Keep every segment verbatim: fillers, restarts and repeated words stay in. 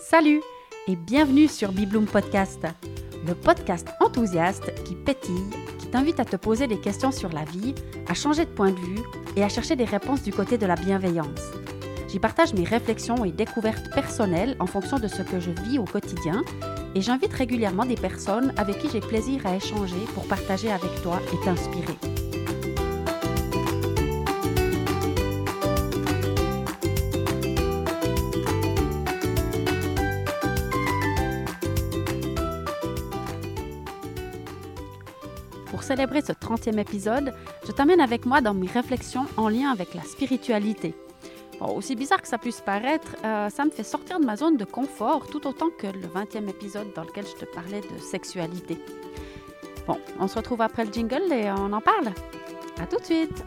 Salut et bienvenue sur Bibloom Podcast, le podcast enthousiaste qui pétille, qui t'invite à te poser des questions sur la vie, à changer de point de vue et à chercher des réponses du côté de la bienveillance. J'y partage mes réflexions et découvertes personnelles en fonction de ce que je vis au quotidien et j'invite régulièrement des personnes avec qui j'ai plaisir à échanger pour partager avec toi et t'inspirer. Pour célébrer ce trentième épisode, je t'amène avec moi dans mes réflexions en lien avec la spiritualité. Bon, aussi bizarre que ça puisse paraître, euh, ça me fait sortir de ma zone de confort tout autant que le vingtième épisode dans lequel je te parlais de sexualité. Bon, on se retrouve après le jingle et on en parle. À tout de suite!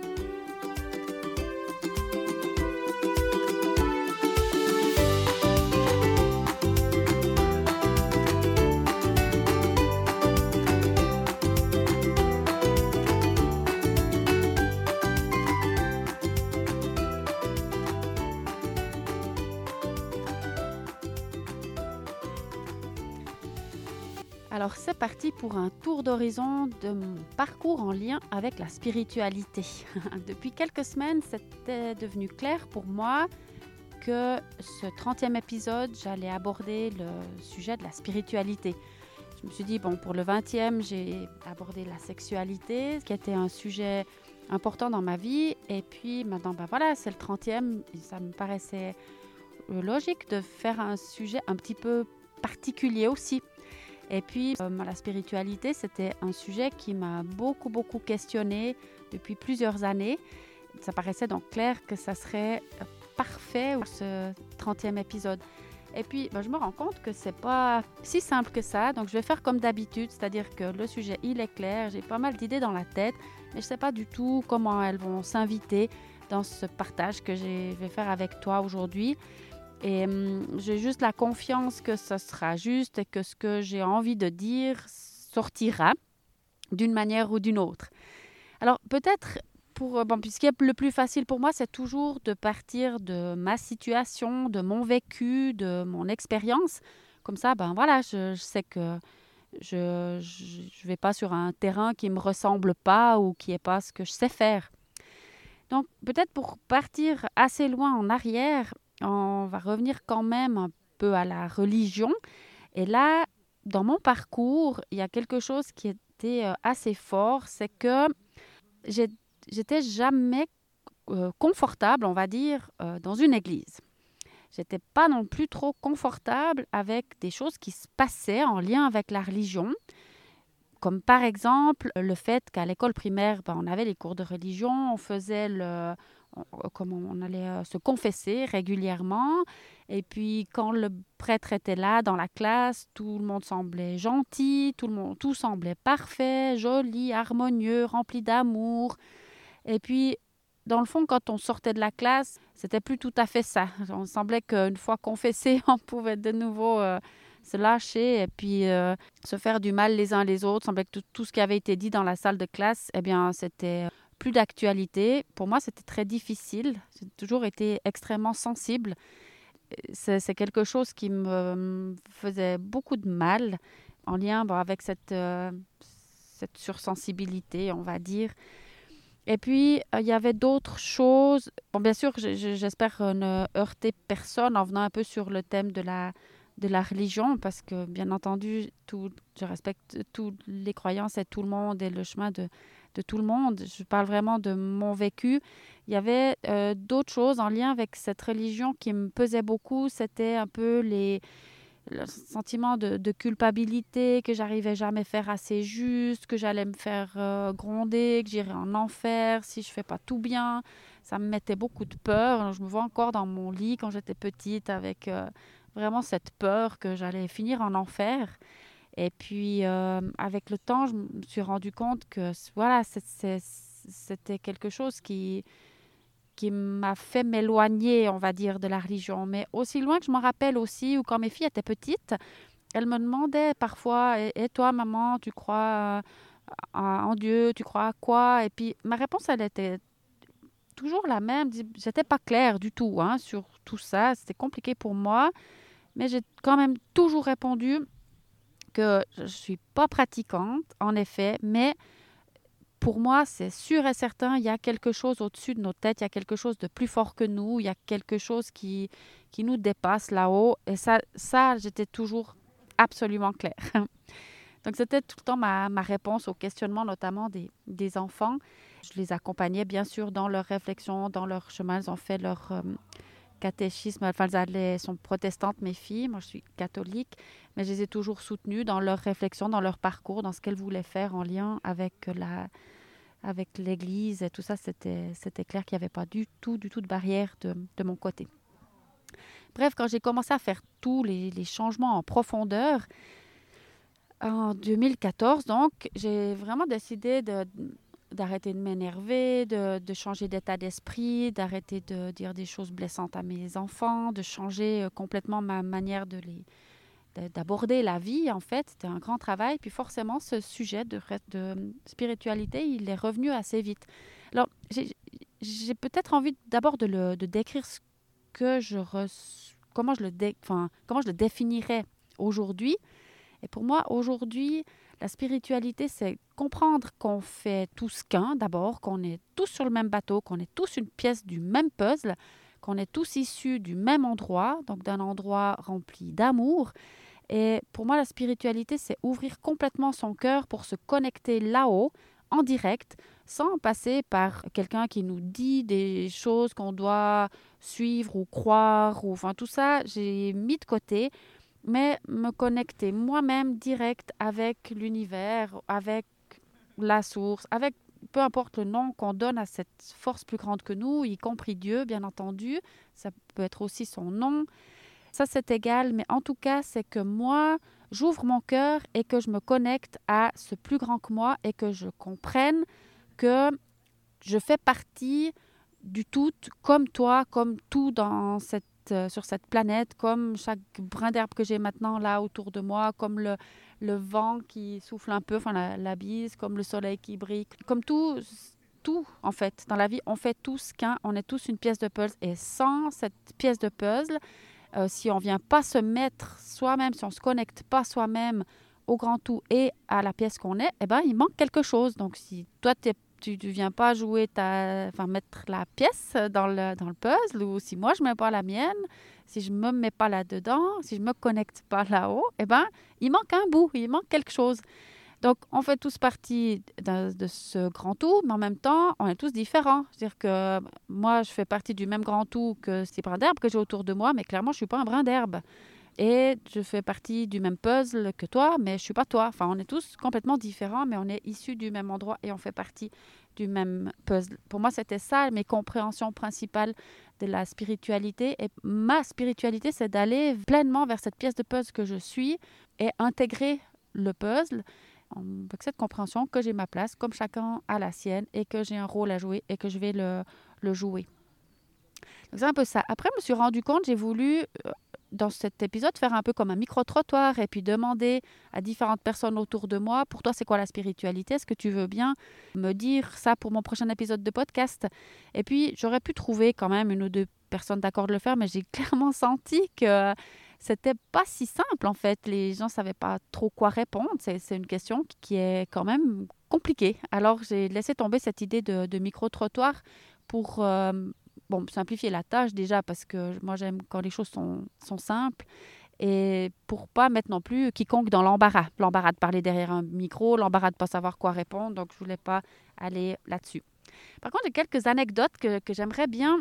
Alors c'est parti pour un tour d'horizon de mon parcours en lien avec la spiritualité. Depuis quelques semaines, c'était devenu clair pour moi que ce trentième épisode, j'allais aborder le sujet de la spiritualité. Je me suis dit, bon, pour le vingtième, j'ai abordé la sexualité, qui était un sujet important dans ma vie. Et puis maintenant, ben voilà, c'est le trentième, et ça me paraissait logique de faire un sujet un petit peu particulier aussi. Et puis, euh, la spiritualité, c'était un sujet qui m'a beaucoup, beaucoup questionnée depuis plusieurs années. Ça paraissait donc clair que ça serait parfait pour ce trentième épisode. Et puis, ben, je me rends compte que c'est pas si simple que ça. Donc, je vais faire comme d'habitude, c'est-à-dire que le sujet, il est clair. J'ai pas mal d'idées dans la tête, mais je sais pas du tout comment elles vont s'inviter dans ce partage que je vais faire avec toi aujourd'hui. Et hum, j'ai juste la confiance que ce sera juste et que ce que j'ai envie de dire sortira d'une manière ou d'une autre. Alors peut-être, pour, bon, ce qui est le plus facile pour moi, c'est toujours de partir de ma situation, de mon vécu, de mon expérience. Comme ça, ben voilà, je, je sais que je ne vais pas sur un terrain qui ne me ressemble pas ou qui n'est pas ce que je sais faire. Donc peut-être pour partir assez loin en arrière, on va revenir quand même un peu à la religion. Et là, dans mon parcours, il y a quelque chose qui était assez fort, c'est que j'ai, j'étais jamais euh, confortable, on va dire, euh, dans une église. J'étais pas non plus trop confortable avec des choses qui se passaient en lien avec la religion. Comme par exemple le fait qu'à l'école primaire, ben, on avait les cours de religion, on faisait le... comme on allait se confesser régulièrement. Et puis, quand le prêtre était là dans la classe, tout le monde semblait gentil, tout, le monde, tout semblait parfait, joli, harmonieux, rempli d'amour. Et puis, dans le fond, quand on sortait de la classe, c'était plus tout à fait ça. On semblait qu'une fois confessé, on pouvait de nouveau euh, se lâcher et puis euh, se faire du mal les uns les autres. Il semblait que tout, tout ce qui avait été dit dans la salle de classe, eh bien, c'était plus d'actualité. Pour moi, c'était très difficile. J'ai toujours été extrêmement sensible. C'est, c'est quelque chose qui me faisait beaucoup de mal en lien bon, avec cette, euh, cette sursensibilité, on va dire. Et puis, euh, il y avait d'autres choses. Bon, bien sûr, je, je, j'espère ne heurter personne en venant un peu sur le thème de la, de la religion, parce que, bien entendu, tout, je respecte toutes les croyances et tout le monde et le chemin de, de tout le monde. Je parle vraiment de mon vécu. Il y avait euh, d'autres choses en lien avec cette religion qui me pesaient beaucoup. C'était un peu les... le sentiment de, de culpabilité, que j'arrivais jamais à faire assez juste, que j'allais me faire euh, gronder, que j'irais en enfer si je fais pas tout bien. Ça me mettait beaucoup de peur. Je me vois encore dans mon lit quand j'étais petite avec euh, vraiment cette peur que j'allais finir en enfer. Et puis, euh, avec le temps, je me suis rendu compte que voilà, c'est, c'est, c'était quelque chose qui... qui m'a fait m'éloigner, on va dire, de la religion. Mais aussi loin que je m'en rappelle aussi, ou quand mes filles étaient petites, elles me demandaient parfois, et, et toi, maman, tu crois en, en Dieu, tu crois à quoi? Et puis, ma réponse, elle était toujours la même. J'étais pas claire du tout hein, sur tout ça. C'était compliqué pour moi. Mais j'ai quand même toujours répondu que je ne suis pas pratiquante, en effet, mais pour moi, c'est sûr et certain, il y a quelque chose au-dessus de nos têtes, il y a quelque chose de plus fort que nous, il y a quelque chose qui, qui nous dépasse là-haut. Et ça, ça j'étais toujours absolument claire. Donc, c'était tout le temps ma, ma réponse aux questionnements, notamment des, des enfants. Je les accompagnais, bien sûr, dans leurs réflexions, dans leur chemin. Elles ont fait leur euh, catéchisme. Enfin, elles allaient- sont protestantes, mes filles. Moi, je suis catholique. Mais je les ai toujours soutenues dans leurs réflexions, dans leur parcours, dans ce qu'elles voulaient faire en lien avec la avec l'Église et tout ça. C'était, c'était clair qu'il n'y avait pas du tout, du tout de barrière de, de mon côté. Bref, quand j'ai commencé à faire tous les, les changements en profondeur, en deux mille quatorze, donc, j'ai vraiment décidé de, d'arrêter de m'énerver, de, de changer d'état d'esprit, d'arrêter de dire des choses blessantes à mes enfants, de changer euh, complètement ma manière de les, de- d'aborder la vie, en fait. C'était un grand travail. Puis forcément, ce sujet de, re- de spiritualité, il est revenu assez vite. Alors, j'ai, j'ai peut-être envie d'abord de, le, de décrire ce que je res- comment, je le dé- enfin, comment je le définirais aujourd'hui. Et pour moi, aujourd'hui, la spiritualité, c'est comprendre qu'on fait tous qu'un, d'abord, qu'on est tous sur le même bateau, qu'on est tous une pièce du même puzzle, qu'on est tous issus du même endroit, donc d'un endroit rempli d'amour. Et pour moi, la spiritualité, c'est ouvrir complètement son cœur pour se connecter là-haut, en direct, sans passer par quelqu'un qui nous dit des choses qu'on doit suivre ou croire. Ou, enfin, tout ça, j'ai mis de côté, mais me connecter moi-même direct avec l'univers, avec la source, avec peu importe le nom qu'on donne à cette force plus grande que nous, y compris Dieu, bien entendu. Ça peut être aussi son nom. Ça, c'est égal, mais en tout cas, c'est que moi, j'ouvre mon cœur et que je me connecte à ce plus grand que moi et que je comprenne que je fais partie du tout, comme toi, comme tout dans cette, euh, sur cette planète, comme chaque brin d'herbe que j'ai maintenant là autour de moi, comme le, le vent qui souffle un peu, enfin la, la bise, comme le soleil qui brille, comme tout, tout en fait. Dans la vie, on fait tous qu'un, on est tous une pièce de puzzle et sans cette pièce de puzzle, euh, si on ne vient pas se mettre soi-même, si on ne se connecte pas soi-même au grand tout et à la pièce qu'on est, eh ben, il manque quelque chose. Donc, si toi, t'es, tu ne viens pas jouer ta, enfin, mettre la pièce dans le, dans le puzzle, ou si moi, je ne mets pas la mienne, si je ne me mets pas là-dedans, si je ne me connecte pas là-haut, eh ben, il manque un bout, il manque quelque chose. Donc, on fait tous partie de, de ce grand tout, mais en même temps, on est tous différents. C'est-à-dire que moi, je fais partie du même grand tout que ces brins d'herbe que j'ai autour de moi, mais clairement, je ne suis pas un brin d'herbe. Et je fais partie du même puzzle que toi, mais je ne suis pas toi. Enfin, on est tous complètement différents, mais on est issus du même endroit et on fait partie du même puzzle. Pour moi, c'était ça, mes compréhensions principales de la spiritualité. Et ma spiritualité, c'est d'aller pleinement vers cette pièce de puzzle que je suis et intégrer le puzzle avec cette compréhension que j'ai ma place, comme chacun a la sienne, et que j'ai un rôle à jouer et que je vais le, le jouer. Donc c'est un peu ça. Après, je me suis rendu compte, j'ai voulu, euh, dans cet épisode, faire un peu comme un micro-trottoir et puis demander à différentes personnes autour de moi, pour toi, c'est quoi la spiritualité? Est-ce que tu veux bien me dire ça pour mon prochain épisode de podcast? Et puis, j'aurais pu trouver quand même une ou deux personnes d'accord de le faire, mais j'ai clairement senti que c'était pas si simple, en fait. Les gens ne savaient pas trop quoi répondre. C'est, c'est une question qui est quand même compliquée. Alors, j'ai laissé tomber cette idée de, de micro-trottoir pour... euh, bon, simplifier la tâche déjà parce que moi j'aime quand les choses sont, sont simples et pour pas mettre non plus quiconque dans l'embarras. L'embarras de parler derrière un micro, l'embarras de pas savoir quoi répondre, donc je voulais pas aller là-dessus. Par contre, j'ai quelques anecdotes que, que j'aimerais bien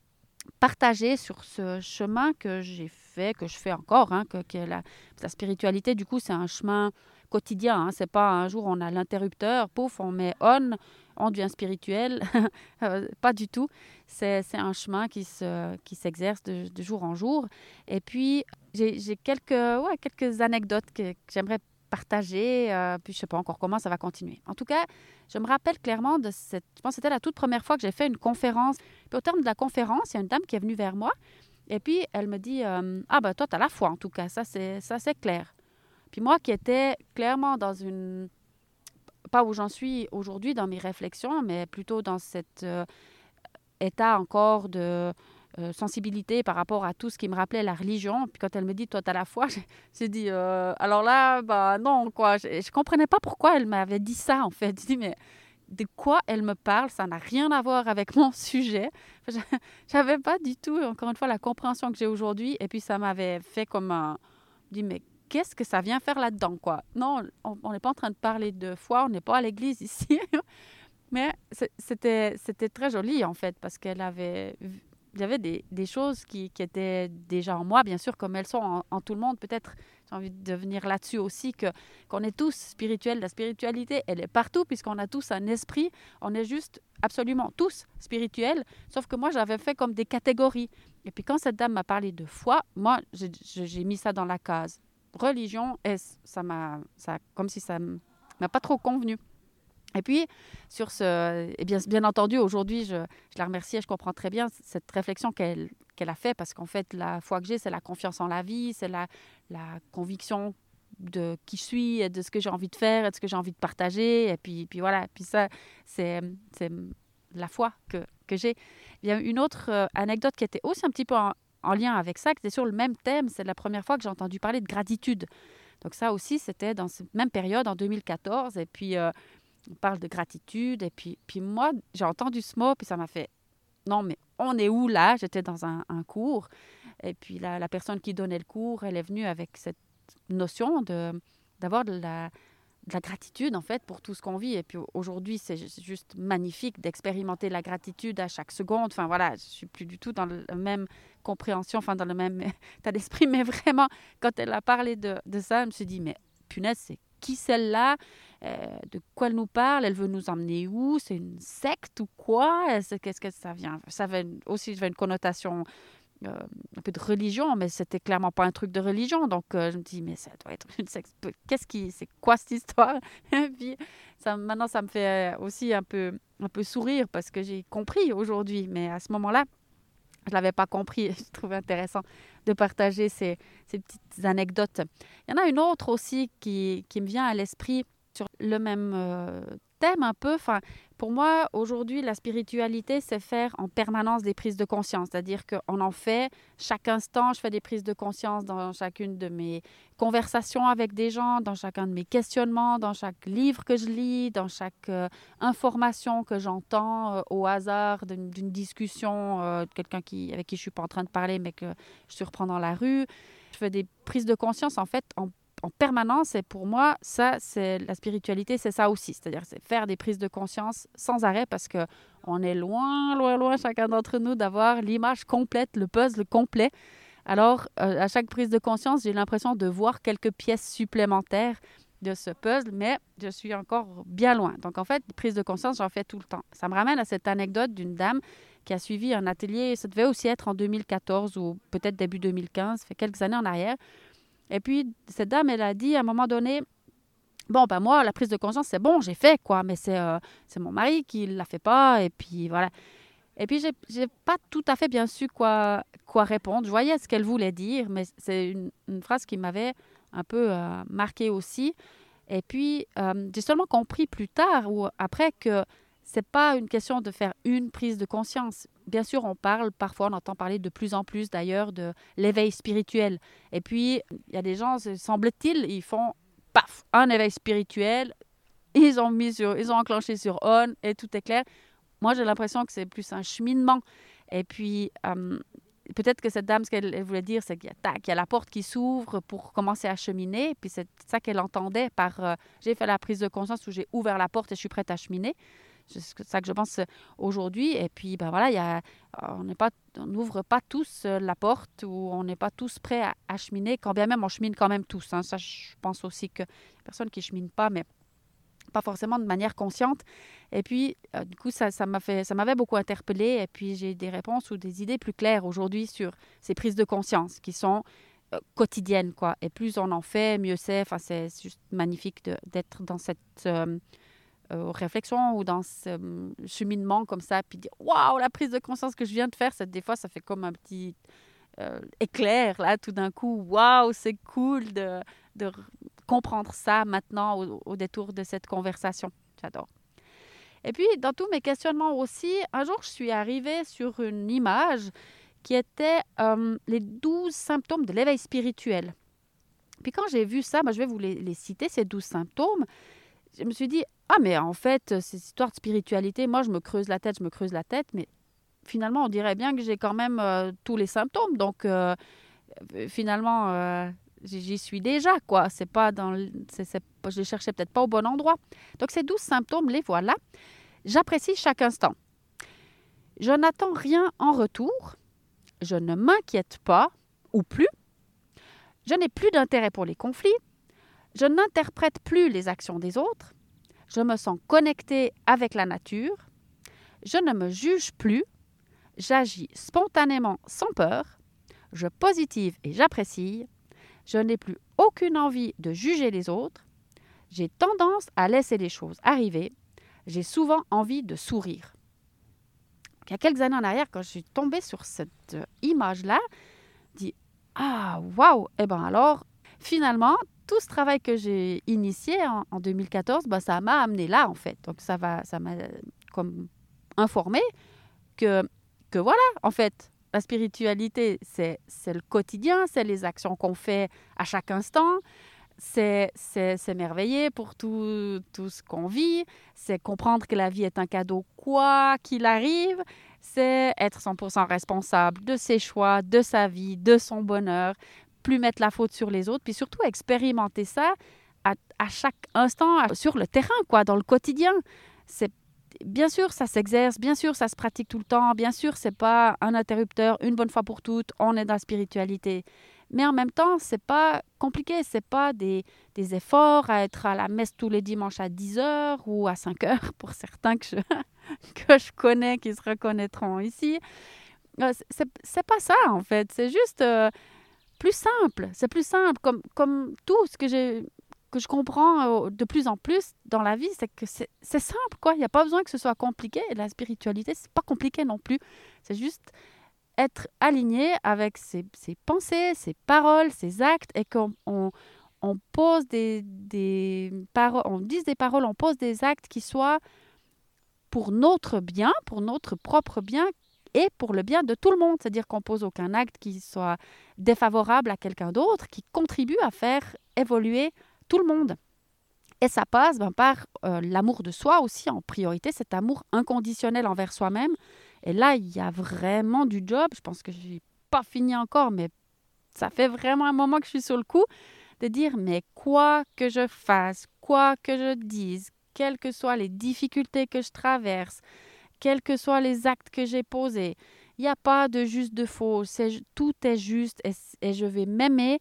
partager sur ce chemin que j'ai fait, que je fais encore, hein, que, que la, la spiritualité, du coup, c'est un chemin quotidien. Hein, c'est pas un jour on a l'interrupteur, pouf, on met on, on devient spirituel. euh, pas du tout. C'est, c'est un chemin qui, se, qui s'exerce de, de jour en jour. Et puis, j'ai, j'ai quelques, ouais, quelques anecdotes que, que j'aimerais partager. Euh, puis, je sais pas encore comment ça va continuer. En tout cas, je me rappelle clairement de cette... Je pense que c'était la toute première fois que j'ai fait une conférence. Puis, au terme de la conférence, il y a une dame qui est venue vers moi. Et puis, elle me dit euh, « Ah, ben toi, tu as la foi, en tout cas. Ça, c'est, ça, c'est clair. » Puis moi, qui étais clairement dans une... Pas où j'en suis aujourd'hui dans mes réflexions, mais plutôt dans cet euh, état encore de... euh, sensibilité par rapport à tout ce qui me rappelait la religion. Puis quand elle me dit, toi, t'as la foi, j'ai, j'ai dit, euh, alors là, bah non, quoi. Je ne comprenais pas pourquoi elle m'avait dit ça, en fait. Je dis, mais de quoi elle me parle? Ça n'a rien à voir avec mon sujet. Je n'avais pas du tout, encore une fois, la compréhension que j'ai aujourd'hui. Et puis, ça m'avait fait comme un... Je dis, mais qu'est-ce que ça vient faire là-dedans, quoi? Non, on n'est pas en train de parler de foi, on n'est pas à l'église ici. Mais c'était, c'était très joli, en fait, parce qu'elle avait... Il y avait des, des choses qui, qui étaient déjà en moi, bien sûr, comme elles sont en, en tout le monde. Peut-être, j'ai envie de venir là-dessus aussi, que, qu'on est tous spirituels. La spiritualité, elle est partout, puisqu'on a tous un esprit. On est juste absolument tous spirituels. Sauf que moi, j'avais fait comme des catégories. Et puis, quand cette dame m'a parlé de foi, moi, j'ai, j'ai mis ça dans la case religion. Et ça m'a... Ça, comme si ça ne m'a pas trop convenu. Et puis, sur ce, eh bien, bien entendu, aujourd'hui, je, je la remercie et je comprends très bien cette réflexion qu'elle, qu'elle a faite, parce qu'en fait, la foi que j'ai, c'est la confiance en la vie, c'est la, la conviction de qui je suis et de ce que j'ai envie de faire et de ce que j'ai envie de partager. Et puis, puis voilà, puis ça, c'est, c'est la foi que, que j'ai. Il y a une autre euh, anecdote qui était aussi un petit peu en, en lien avec ça, qui était sur le même thème. C'est la première fois que j'ai entendu parler de gratitude. Donc ça aussi, c'était dans cette même période, en deux mille quatorze. Et puis... Euh, on parle de gratitude, et puis, puis moi, j'ai entendu ce mot, puis ça m'a fait, non, mais on est où là? J'étais dans un, un cours, et puis la, la personne qui donnait le cours, elle est venue avec cette notion de, d'avoir de la, de la gratitude, en fait, pour tout ce qu'on vit. Et puis aujourd'hui, c'est juste magnifique d'expérimenter la gratitude à chaque seconde. Enfin voilà, je ne suis plus du tout dans la même compréhension, enfin dans le même état d'esprit, mais vraiment, quand elle a parlé de, de ça, je me suis dit, mais punaise, c'est qui celle-là? Euh, de quoi elle nous parle? Elle veut nous emmener où? C'est une secte ou quoi? Qu'est-ce que ça vient? Ça avait aussi une connotation euh, un peu de religion, mais c'était clairement pas un truc de religion. Donc euh, je me dis, mais ça doit être une secte. Qu'est-ce qui, c'est quoi cette histoire? Et puis ça, maintenant, ça me fait aussi un peu, un peu sourire parce que j'ai compris aujourd'hui, mais à ce moment-là, je ne l'avais pas compris. Je trouvais intéressant de partager ces, ces petites anecdotes. Il y en a une autre aussi qui, qui me vient à l'esprit sur le même euh, thème un peu. Enfin, pour moi, aujourd'hui, la spiritualité, c'est faire en permanence des prises de conscience. C'est-à-dire qu'on en fait chaque instant. Je fais des prises de conscience dans chacune de mes conversations avec des gens, dans chacun de mes questionnements, dans chaque livre que je lis, dans chaque euh, information que j'entends euh, au hasard d'une, d'une discussion euh, de quelqu'un qui, avec qui je ne suis pas en train de parler, mais que je surprends dans la rue. Je fais des prises de conscience, en fait, en en permanence. Et pour moi, ça, c'est la spiritualité, c'est ça aussi. C'est-à-dire, c'est faire des prises de conscience sans arrêt parce qu'on est loin, loin, loin, chacun d'entre nous, d'avoir l'image complète, le puzzle complet. Alors, euh, à chaque prise de conscience, j'ai l'impression de voir quelques pièces supplémentaires de ce puzzle, mais je suis encore bien loin. Donc, en fait, les prises de conscience, j'en fais tout le temps. Ça me ramène à cette anecdote d'une dame qui a suivi un atelier, ça devait aussi être en deux mille quatorze ou peut-être début deux mille quinze, ça fait quelques années en arrière. Et puis, cette dame, elle a dit à un moment donné, bon, ben moi, la prise de conscience, c'est bon, j'ai fait, quoi, mais c'est, euh, c'est mon mari qui ne l'a fait pas, et puis voilà. Et puis, je n'ai pas tout à fait bien su quoi, quoi répondre. Je voyais ce qu'elle voulait dire, mais c'est une, une phrase qui m'avait un peu euh, marquée aussi. Et puis, euh, j'ai seulement compris plus tard ou après que ce n'est pas une question de faire une prise de conscience. Bien sûr, on parle, parfois on entend parler de plus en plus d'ailleurs de l'éveil spirituel. Et puis, il y a des gens, semble-t-il, ils font, paf, un éveil spirituel, ils ont, mis sur, ils ont enclenché sur on et tout est clair. Moi, j'ai l'impression que c'est plus un cheminement. Et puis, euh, peut-être que cette dame, ce qu'elle elle voulait dire, c'est qu'il y a, tac, il y a la porte qui s'ouvre pour commencer à cheminer. Et puis, c'est ça qu'elle entendait par euh, j'ai fait la prise de conscience où j'ai ouvert la porte et je suis prête à cheminer. C'est ça que je pense aujourd'hui. Et puis, ben voilà, il y a, on n'est pas, on n'ouvre pas tous la porte ou on n'est pas tous prêts à, à cheminer, quand bien même on chemine quand même tous. Hein. Ça, je pense aussi que les personnes qui ne cheminent pas, mais pas forcément de manière consciente. Et puis, euh, du coup, ça, ça, m'a fait, ça m'avait beaucoup interpellée. Et puis, j'ai des réponses ou des idées plus claires aujourd'hui sur ces prises de conscience qui sont euh, quotidiennes, quoi. Et plus on en fait, mieux c'est. Enfin, c'est juste magnifique de, d'être dans cette euh, euh, réflexion ou dans ce euh, cheminement comme ça. Puis dire, waouh, la prise de conscience que je viens de faire, c'est, des fois, ça fait comme un petit euh, éclair, là, tout d'un coup. Waouh, c'est cool de, de comprendre ça maintenant au, au détour de cette conversation. J'adore. Et puis, dans tous mes questionnements aussi, un jour, je suis arrivée sur une image qui étaient euh, les douze symptômes de l'éveil spirituel. Puis quand j'ai vu ça, ben, je vais vous les, les citer, ces douze symptômes. Je me suis dit, ah mais en fait, ces histoires de spiritualité, moi je me creuse la tête, je me creuse la tête, mais finalement on dirait bien que j'ai quand même euh, tous les symptômes. Donc euh, finalement, euh, j'y suis déjà, quoi. C'est pas dans le, c'est, c'est, je les cherchais peut-être pas au bon endroit. Donc ces douze symptômes, les voilà. J'apprécie chaque instant. Je n'attends rien en retour. Je ne m'inquiète pas, ou plus. Je n'ai plus d'intérêt pour les conflits. Je n'interprète plus les actions des autres. Je me sens connectée avec la nature. Je ne me juge plus. J'agis spontanément sans peur. Je positive et j'apprécie. Je n'ai plus aucune envie de juger les autres. J'ai tendance à laisser les choses arriver. J'ai souvent envie de sourire. Il y a quelques années en arrière, quand je suis tombée sur cette image-là, je dis « Ah, waouh !» Eh bien alors, finalement, tout ce travail que j'ai initié en, en deux mille quatorze, ben, ça m'a amené là, en fait. Donc, ça, va, ça m'a comme informé que, que voilà, en fait, la spiritualité, c'est, c'est le quotidien, c'est les actions qu'on fait à chaque instant, c'est, c'est s'émerveiller pour tout, tout ce qu'on vit, c'est comprendre que la vie est un cadeau quoi qu'il arrive, c'est être cent pour cent responsable de ses choix, de sa vie, de son bonheur, plus mettre la faute sur les autres, puis surtout expérimenter ça à, à chaque instant, à, sur le terrain, quoi, dans le quotidien. C'est, bien sûr, ça s'exerce, bien sûr, ça se pratique tout le temps, bien sûr, c'est pas un interrupteur, une bonne fois pour toutes, on est dans la spiritualité. Mais en même temps, c'est pas compliqué, c'est pas des, des efforts à être à la messe tous les dimanches à dix heures ou à cinq heures, pour certains que je, que je connais, qui se reconnaîtront ici. C'est, c'est pas ça, en fait, c'est juste... Euh, plus simple, c'est plus simple, comme, comme tout ce que, j'ai, que je comprends de plus en plus dans la vie, c'est que c'est, c'est simple, quoi. Il n'y a pas besoin que ce soit compliqué, et la spiritualité, c'est pas compliqué non plus, c'est juste être aligné avec ses, ses pensées, ses paroles, ses actes, et qu'on on, on pose des, des paroles, on dise des paroles, on pose des actes qui soient pour notre bien, pour notre propre bien, et pour le bien de tout le monde. C'est-à-dire qu'on ne pose aucun acte qui soit défavorable à quelqu'un d'autre, qui contribue à faire évoluer tout le monde. Et ça passe ben, par euh, l'amour de soi aussi en priorité, cet amour inconditionnel envers soi-même. Et là, il y a vraiment du job. Je pense que je n'ai pas fini encore, mais ça fait vraiment un moment que je suis sur le coup, de dire, mais quoi que je fasse, quoi que je dise, quelles que soient les difficultés que je traverse, quels que soient les actes que j'ai posés, il n'y a pas de juste, de faux. C'est, tout est juste et, et je vais m'aimer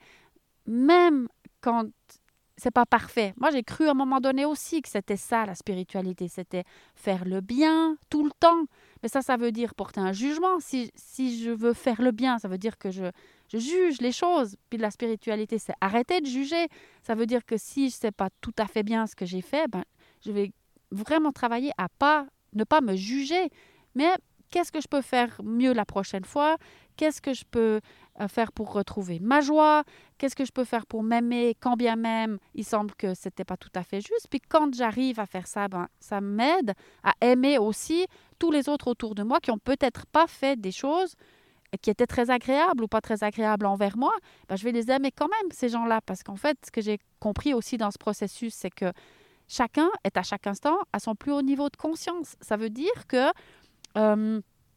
même quand c'est pas parfait. Moi, j'ai cru à un moment donné aussi que c'était ça, la spiritualité. C'était faire le bien tout le temps. Mais ça, ça veut dire porter un jugement. Si, si je veux faire le bien, ça veut dire que je, je juge les choses. Puis la spiritualité, c'est arrêter de juger. Ça veut dire que si je ne sais pas tout à fait bien ce que j'ai fait, ben, je vais vraiment travailler à pas ne pas me juger, mais qu'est-ce que je peux faire mieux la prochaine fois? Qu'est-ce que je peux faire pour retrouver ma joie? Qu'est-ce que je peux faire pour m'aimer quand bien même il semble que ce n'était pas tout à fait juste? Puis quand j'arrive à faire ça, ben, ça m'aide à aimer aussi tous les autres autour de moi qui n'ont peut-être pas fait des choses qui étaient très agréables ou pas très agréables envers moi. Ben, je vais les aimer quand même, ces gens-là, parce qu'en fait, ce que j'ai compris aussi dans ce processus, c'est que chacun est à chaque instant à son plus haut niveau de conscience. Ça veut dire que euh,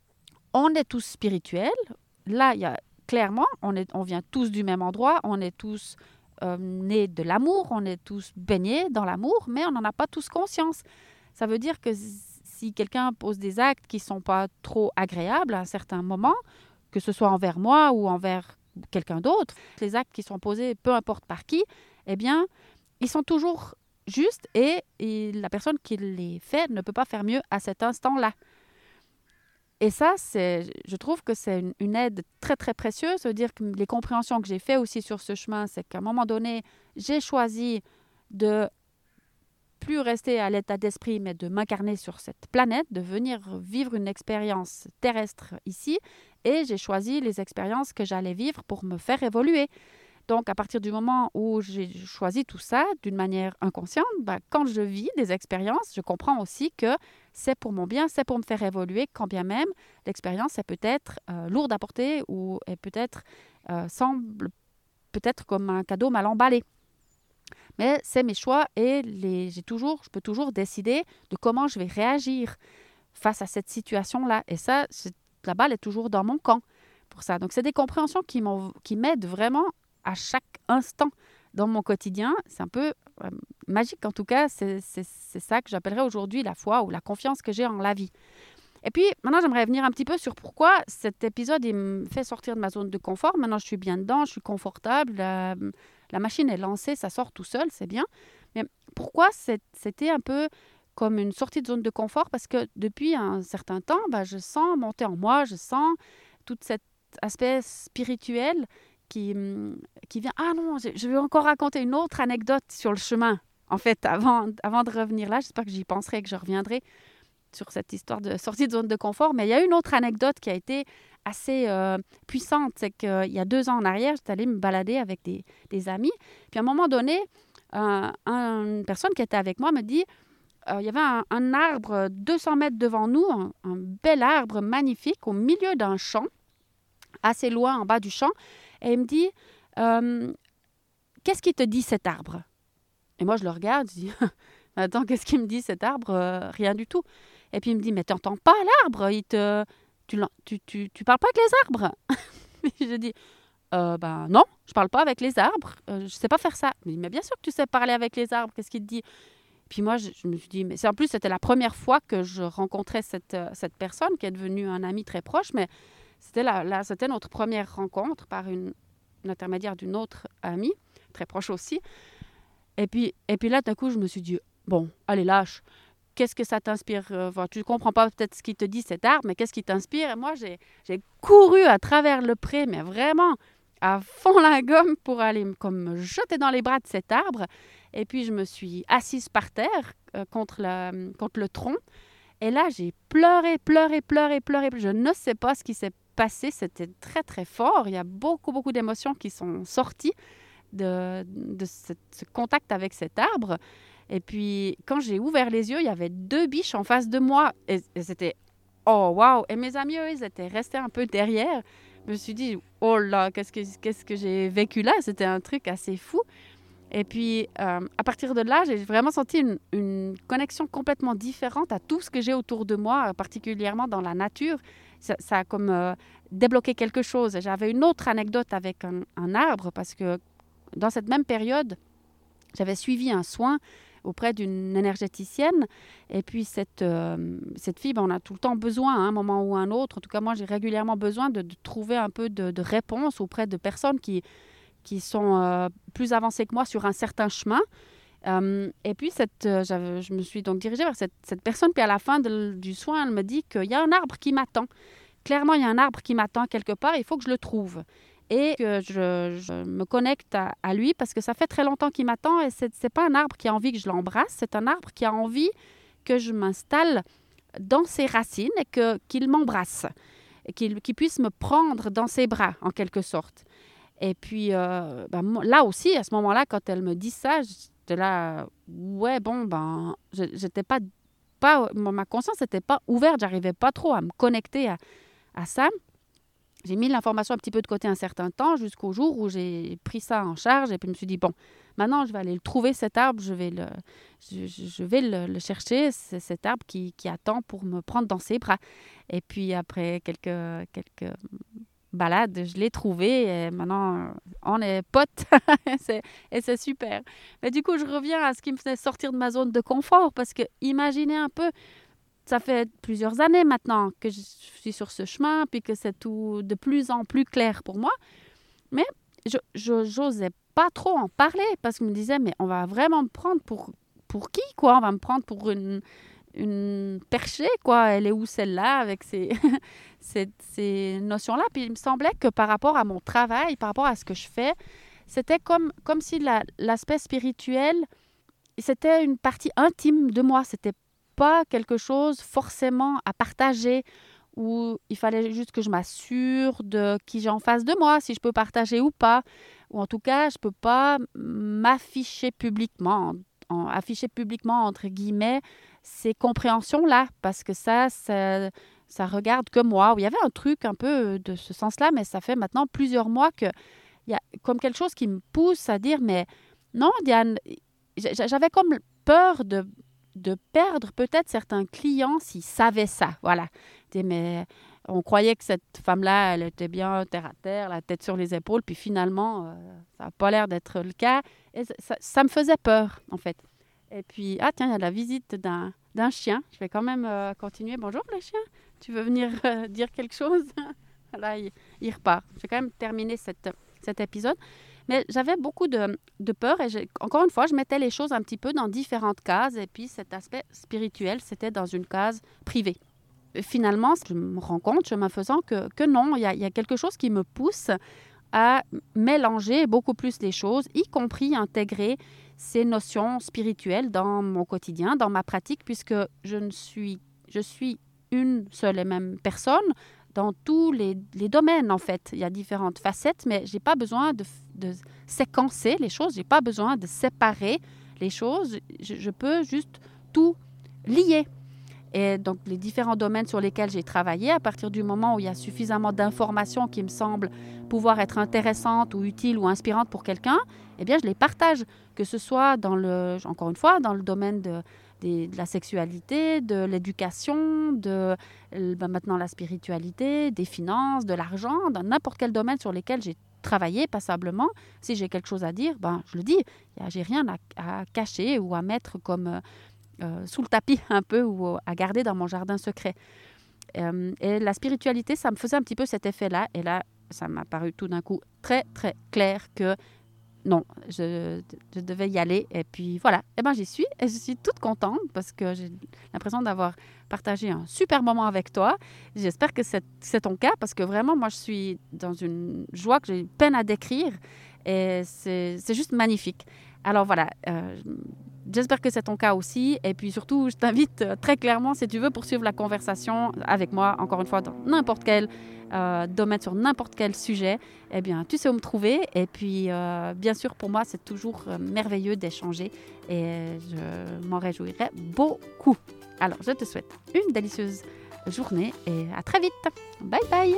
on est tous spirituels. Là, il y a clairement, on, est, on vient tous du même endroit, on est tous euh, nés de l'amour, on est tous baignés dans l'amour, mais on n'en a pas tous conscience. Ça veut dire que si quelqu'un pose des actes qui ne sont pas trop agréables à un certain moment, que ce soit envers moi ou envers quelqu'un d'autre, les actes qui sont posés, peu importe par qui, eh bien, ils sont toujours juste et, et la personne qui les fait ne peut pas faire mieux à cet instant-là. Et ça, c'est, je trouve que c'est une, une aide très, très précieuse. Ça veut dire que les compréhensions que j'ai faites aussi sur ce chemin, c'est qu'à un moment donné, j'ai choisi de plus rester à l'état d'esprit, mais de m'incarner sur cette planète, de venir vivre une expérience terrestre ici. Et j'ai choisi les expériences que j'allais vivre pour me faire évoluer. Donc, à partir du moment où j'ai choisi tout ça d'une manière inconsciente, ben, quand je vis des expériences, je comprends aussi que c'est pour mon bien, c'est pour me faire évoluer, quand bien même l'expérience est peut-être euh, lourde à porter ou est peut-être euh, semble peut-être comme un cadeau mal emballé. Mais c'est mes choix et les, j'ai toujours, je peux toujours décider de comment je vais réagir face à cette situation-là. Et ça, la balle est toujours dans mon camp pour ça. Donc, c'est des compréhensions qui, m'ont, qui m'aident vraiment à chaque instant dans mon quotidien. C'est un peu euh, magique, en tout cas. C'est, c'est, c'est ça que j'appellerais aujourd'hui la foi ou la confiance que j'ai en la vie. Et puis, maintenant, j'aimerais venir un petit peu sur pourquoi cet épisode, il me fait sortir de ma zone de confort. Maintenant, je suis bien dedans, je suis confortable, la, la machine est lancée, ça sort tout seul, c'est bien. Mais pourquoi c'est, c'était un peu comme une sortie de zone de confort? Parce que depuis un certain temps, bah, je sens monter en moi, je sens tout cet aspect spirituel qui, qui vient. Ah non, je, je vais encore raconter une autre anecdote sur le chemin, en fait, avant, avant de revenir là. J'espère que j'y penserai, que je reviendrai sur cette histoire de sortie de zone de confort. Mais il y a une autre anecdote qui a été assez euh, puissante. C'est qu'il y a deux ans en arrière, j'étais allée me balader avec des, des amis. Puis à un moment donné, euh, un, une personne qui était avec moi me dit, euh, il y avait un, un arbre deux cents mètres devant nous, un, un bel arbre magnifique au milieu d'un champ, assez loin en bas du champ. Et il me dit, euh, qu'est-ce qui te dit cet arbre? Et moi, je le regarde, je dis, attends, qu'est-ce qu'il me dit cet arbre? euh, Rien du tout. Et puis il me dit, mais tu n'entends pas l'arbre, il te... tu, tu, tu, tu parles pas avec les arbres. Je dis, euh, ben non, je parle pas avec les arbres, euh, je sais pas faire ça. Il me dit, mais bien sûr que tu sais parler avec les arbres, qu'est-ce qu'il te dit? Puis moi, je, je me suis dit, mais c'est, en plus, c'était la première fois que je rencontrais cette, euh, cette personne qui est devenue un ami très proche, mais c'était, la, la, c'était notre première rencontre par une, une intermédiaire d'une autre amie, très proche aussi. Et puis, et puis là, d'un coup, je me suis dit, bon, allez, lâche. Qu'est-ce que ça t'inspire? Enfin, tu ne comprends pas peut-être ce qui te dit cet arbre, mais qu'est-ce qui t'inspire? Et moi, j'ai, j'ai couru à travers le pré, mais vraiment à fond la gomme pour aller comme me jeter dans les bras de cet arbre. Et puis, je me suis assise par terre euh, contre, la, contre le tronc. Et là, j'ai pleuré, pleuré, pleuré, pleuré. Je ne sais pas ce qui s'est passé. C'était très, très fort. Il y a beaucoup, beaucoup d'émotions qui sont sorties de, de ce, ce contact avec cet arbre. Et puis, quand j'ai ouvert les yeux, il y avait deux biches en face de moi. Et, et c'était « Oh, waouh !» Et mes amis, eux, ils étaient restés un peu derrière. Je me suis dit « Oh là, qu'est-ce que, qu'est-ce que j'ai vécu là ?» C'était un truc assez fou. Et puis, euh, à partir de là, j'ai vraiment senti une, une connexion complètement différente à tout ce que j'ai autour de moi, particulièrement dans la nature. Ça, ça a comme euh, débloqué quelque chose. J'avais une autre anecdote avec un, un arbre, parce que dans cette même période, j'avais suivi un soin auprès d'une énergéticienne. Et puis, cette, euh, cette fille, ben, on a tout le temps besoin, à un moment ou à un autre. En tout cas, moi, j'ai régulièrement besoin de, de trouver un peu de, de réponse auprès de personnes qui, qui sont euh, plus avancées que moi sur un certain chemin. Euh, et puis, cette, euh, je me suis donc dirigée vers cette, cette personne. Puis, à la fin de, du soin, elle me dit qu'il y a un arbre qui m'attend. Clairement, il y a un arbre qui m'attend quelque part. Il faut que je le trouve. Et que je, je me connecte à, à lui parce que ça fait très longtemps qu'il m'attend et ce n'est pas un arbre qui a envie que je l'embrasse, c'est un arbre qui a envie que je m'installe dans ses racines et que, qu'il m'embrasse, et qu'il, qu'il puisse me prendre dans ses bras en quelque sorte. Et puis euh, ben, là aussi, à ce moment-là, quand elle me dit ça, j'étais là, ouais, bon, ben, j'étais pas, pas, ma conscience n'était pas ouverte, j'arrivais pas trop à me connecter à, à ça. J'ai mis l'information un petit peu de côté un certain temps jusqu'au jour où j'ai pris ça en charge et puis je me suis dit, bon, maintenant je vais aller le trouver cet arbre, je vais le, je, je vais le, le chercher, c'est cet arbre qui, qui attend pour me prendre dans ses bras. Et puis après quelques, quelques balades, je l'ai trouvé et maintenant on est potes c'est, et c'est super. Mais du coup, je reviens à ce qui me faisait sortir de ma zone de confort parce que imaginez un peu, ça fait plusieurs années maintenant que je suis sur ce chemin, puis que c'est tout de plus en plus clair pour moi. Mais je n'osais pas trop en parler parce que je me disais, mais on va vraiment me prendre pour, pour qui, quoi? On va me prendre pour une, une perchée, quoi. Elle est où celle-là avec ces, ces, ces notions-là? Puis il me semblait que par rapport à mon travail, par rapport à ce que je fais, c'était comme, comme si la, l'aspect spirituel, c'était une partie intime de moi. C'était pas quelque chose forcément à partager où il fallait juste que je m'assure de qui j'ai en face de moi, si je peux partager ou pas. Ou en tout cas, je ne peux pas m'afficher publiquement, en, afficher publiquement, entre guillemets, ces compréhensions-là, parce que ça, ça, ça regarde que moi. Il y avait un truc un peu de ce sens-là, mais ça fait maintenant plusieurs mois qu'il y a comme quelque chose qui me pousse à dire, mais non, Diane, j'avais comme peur de, de perdre peut-être certains clients s'ils savaient ça. Voilà. Mais on croyait que cette femme-là, elle était bien terre à terre, la tête sur les épaules, puis finalement, euh, ça n'a pas l'air d'être le cas. Et ça, ça me faisait peur, en fait. Et puis, ah tiens, il y a la visite d'un, d'un chien. Je vais quand même euh, continuer. Bonjour, le chien. Tu veux venir euh, dire quelque chose? Là, il, il repart. Je vais quand même terminer cette, cet épisode. Mais j'avais beaucoup de, de peur et j'ai, encore une fois, je mettais les choses un petit peu dans différentes cases. Et puis, cet aspect spirituel, c'était dans une case privée. Finalement, je me rends compte, chemin faisant, que, que non, il y a, y a quelque chose qui me pousse à mélanger beaucoup plus les choses, y compris intégrer ces notions spirituelles dans mon quotidien, dans ma pratique, puisque je ne suis, je suis une seule et même personne dans tous les, les domaines, en fait. Il y a différentes facettes, mais je n'ai pas besoin de, de séquencer les choses, je n'ai pas besoin de séparer les choses. Je, je peux juste tout lier. Et donc, les différents domaines sur lesquels j'ai travaillé, à partir du moment où il y a suffisamment d'informations qui me semblent pouvoir être intéressantes ou utiles ou inspirantes pour quelqu'un, eh bien, je les partage, que ce soit, dans le, encore une fois, dans le domaine de, de, de la sexualité, de l'éducation, de ben maintenant la spiritualité, des finances, de l'argent, dans n'importe quel domaine sur lequel j'ai travaillé passablement. Si j'ai quelque chose à dire, ben, je le dis. Je n'ai rien à, à cacher ou à mettre comme... Euh, sous le tapis un peu ou à garder dans mon jardin secret. Euh, et la spiritualité, ça me faisait un petit peu cet effet-là. Et là, ça m'a paru tout d'un coup très, très clair que non, je, je devais y aller. Et puis voilà, et ben j'y suis. Et je suis toute contente parce que j'ai l'impression d'avoir partagé un super moment avec toi. J'espère que c'est, c'est ton cas parce que vraiment, moi, je suis dans une joie que j'ai peine à décrire. Et c'est, c'est juste magnifique. Alors voilà, euh, j'espère que c'est ton cas aussi. Et puis surtout, je t'invite euh, très clairement, si tu veux poursuivre la conversation avec moi, encore une fois, dans n'importe quel euh, domaine, sur n'importe quel sujet, eh bien, tu sais où me trouver. Et puis, euh, bien sûr, pour moi, c'est toujours euh, merveilleux d'échanger et je m'en réjouirai beaucoup. Alors, je te souhaite une délicieuse journée et à très vite. Bye bye.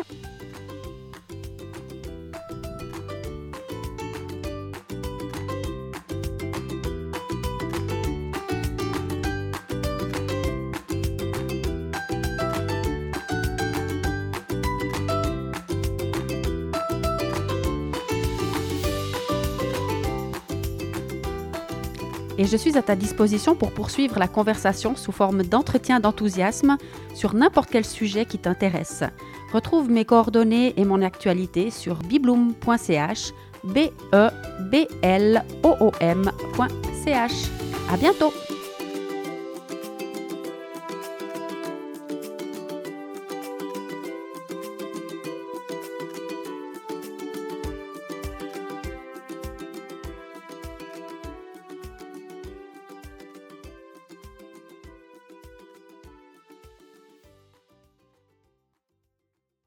Et je suis à ta disposition pour poursuivre la conversation sous forme d'entretien d'enthousiasme sur n'importe quel sujet qui t'intéresse. Retrouve mes coordonnées et mon actualité sur bibloom point c h, b e b l o o m point c h. À bientôt!